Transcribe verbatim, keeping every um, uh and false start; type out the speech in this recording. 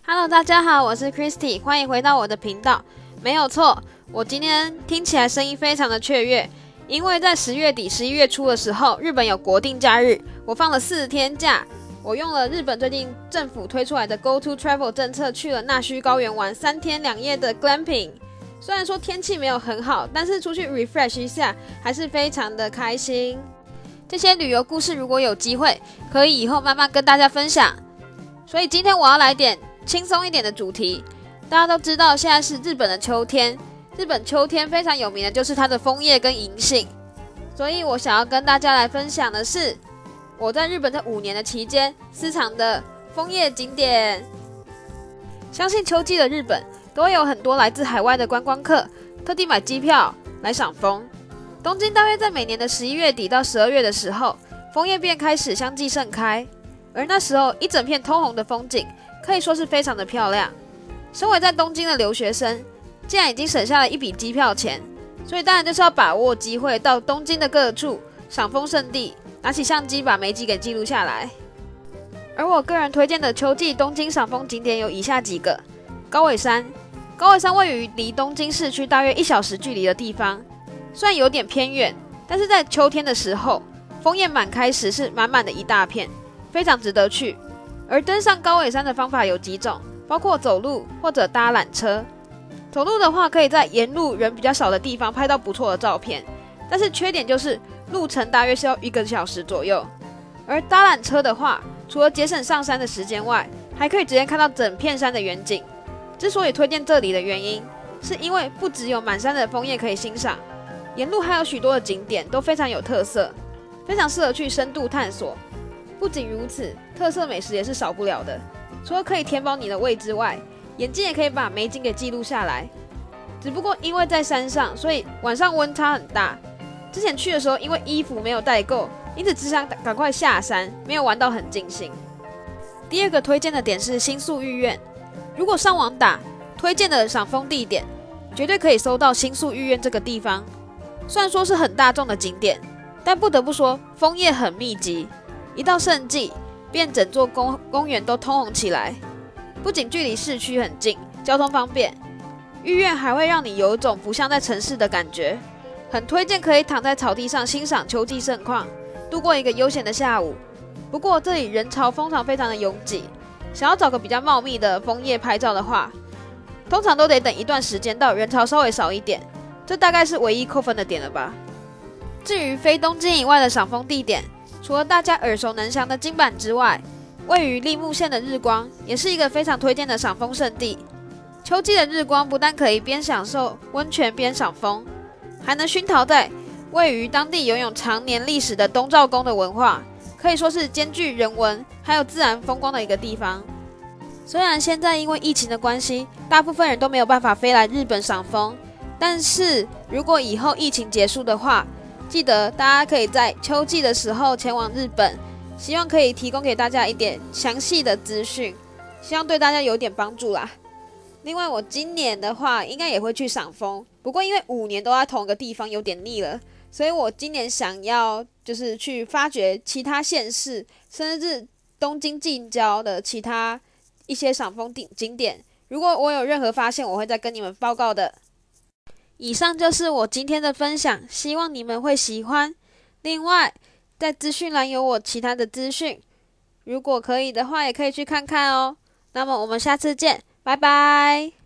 Hello， 大家好，我是 Christy， 欢迎回到我的频道。没有错，我今天听起来声音非常的雀跃，因为在十月底、十一月初的时候，日本有国定假日，我放了四天假。我用了日本最近政府推出来的 Go to Travel 政策，去了纳须高原玩三天两夜的 glamping。虽然说天气没有很好，但是出去 refresh 一下，还是非常的开心。这些旅游故事如果有机会，可以以后慢慢跟大家分享。所以今天我要来点轻松一点的主题。大家都知道现在是日本的秋天，日本秋天非常有名的就是它的枫叶跟银杏，所以我想要跟大家来分享的是我在日本这五年的期间私藏的枫叶景点。相信秋季的日本都会有很多来自海外的观光客特地买机票来赏枫。东京大约在每年的十一月底到十二月的时候，枫叶便开始相继盛开，而那时候一整片通红的风景可以说是非常的漂亮。身为在东京的留学生，既然已经省下了一笔机票钱，所以当然就是要把握机会到东京的各处赏枫胜地，拿起相机把美景给记录下来。而我个人推荐的秋季东京赏枫景点有以下几个：高尾山。高尾山位于离东京市区大约一小时距离的地方，虽然有点偏远，但是在秋天的时候，枫叶满开时是满满的一大片，非常值得去。而登上高尾山的方法有几种，包括走路或者搭缆车。走路的话，可以在沿路人比较少的地方拍到不错的照片，但是缺点就是路程大约是要一个小时左右。而搭缆车的话，除了节省上山的时间外，还可以直接看到整片山的远景。之所以推荐这里的原因，是因为不只有满山的枫叶可以欣赏，沿路还有许多的景点都非常有特色，非常适合去深度探索。不仅如此，特色美食也是少不了的。除了可以填饱你的胃之外，眼睛也可以把美景给记录下来。只不过因为在山上，所以晚上温差很大。之前去的时候，因为衣服没有带够，因此只想赶快下山，没有玩到很尽兴。第二个推荐的点是新宿御苑。如果上网打推荐的赏枫地点，绝对可以搜到新宿御苑这个地方。虽然说是很大众的景点，但不得不说枫叶很密集，一到盛季便整座 公, 公园都通红起来。不仅距离市区很近，交通方便，御苑还会让你有一种不像在城市的感觉。很推荐可以躺在草地上欣赏秋季盛况，度过一个悠闲的下午。不过这里人潮通常非常的拥挤，想要找个比较茂密的枫叶拍照的话，通常都得等一段时间到人潮稍微少一点，这大概是唯一扣分的点了吧。至于非东京以外的赏枫地点，除了大家耳熟能详的金板之外，位于立木县的日光也是一个非常推荐的赏枫胜地。秋季的日光不但可以边享受温泉边赏枫，还能熏陶在位于当地拥有长年历史的东照宫的文化，可以说是兼具人文还有自然风光的一个地方。虽然现在因为疫情的关系，大部分人都没有办法飞来日本赏枫，但是如果以后疫情结束的话，记得大家可以在秋季的时候前往日本，希望可以提供给大家一点详细的资讯，希望对大家有点帮助啦。另外我今年的话应该也会去赏枫，不过因为五年都在同一个地方有点腻了，所以我今年想要就是去发掘其他县市，甚至是东京近郊的其他一些赏枫景点。如果我有任何发现，我会再跟你们报告的。以上就是我今天的分享，希望你们会喜欢。另外在资讯栏有我其他的资讯，如果可以的话也可以去看看哦。那么我们下次见，拜拜。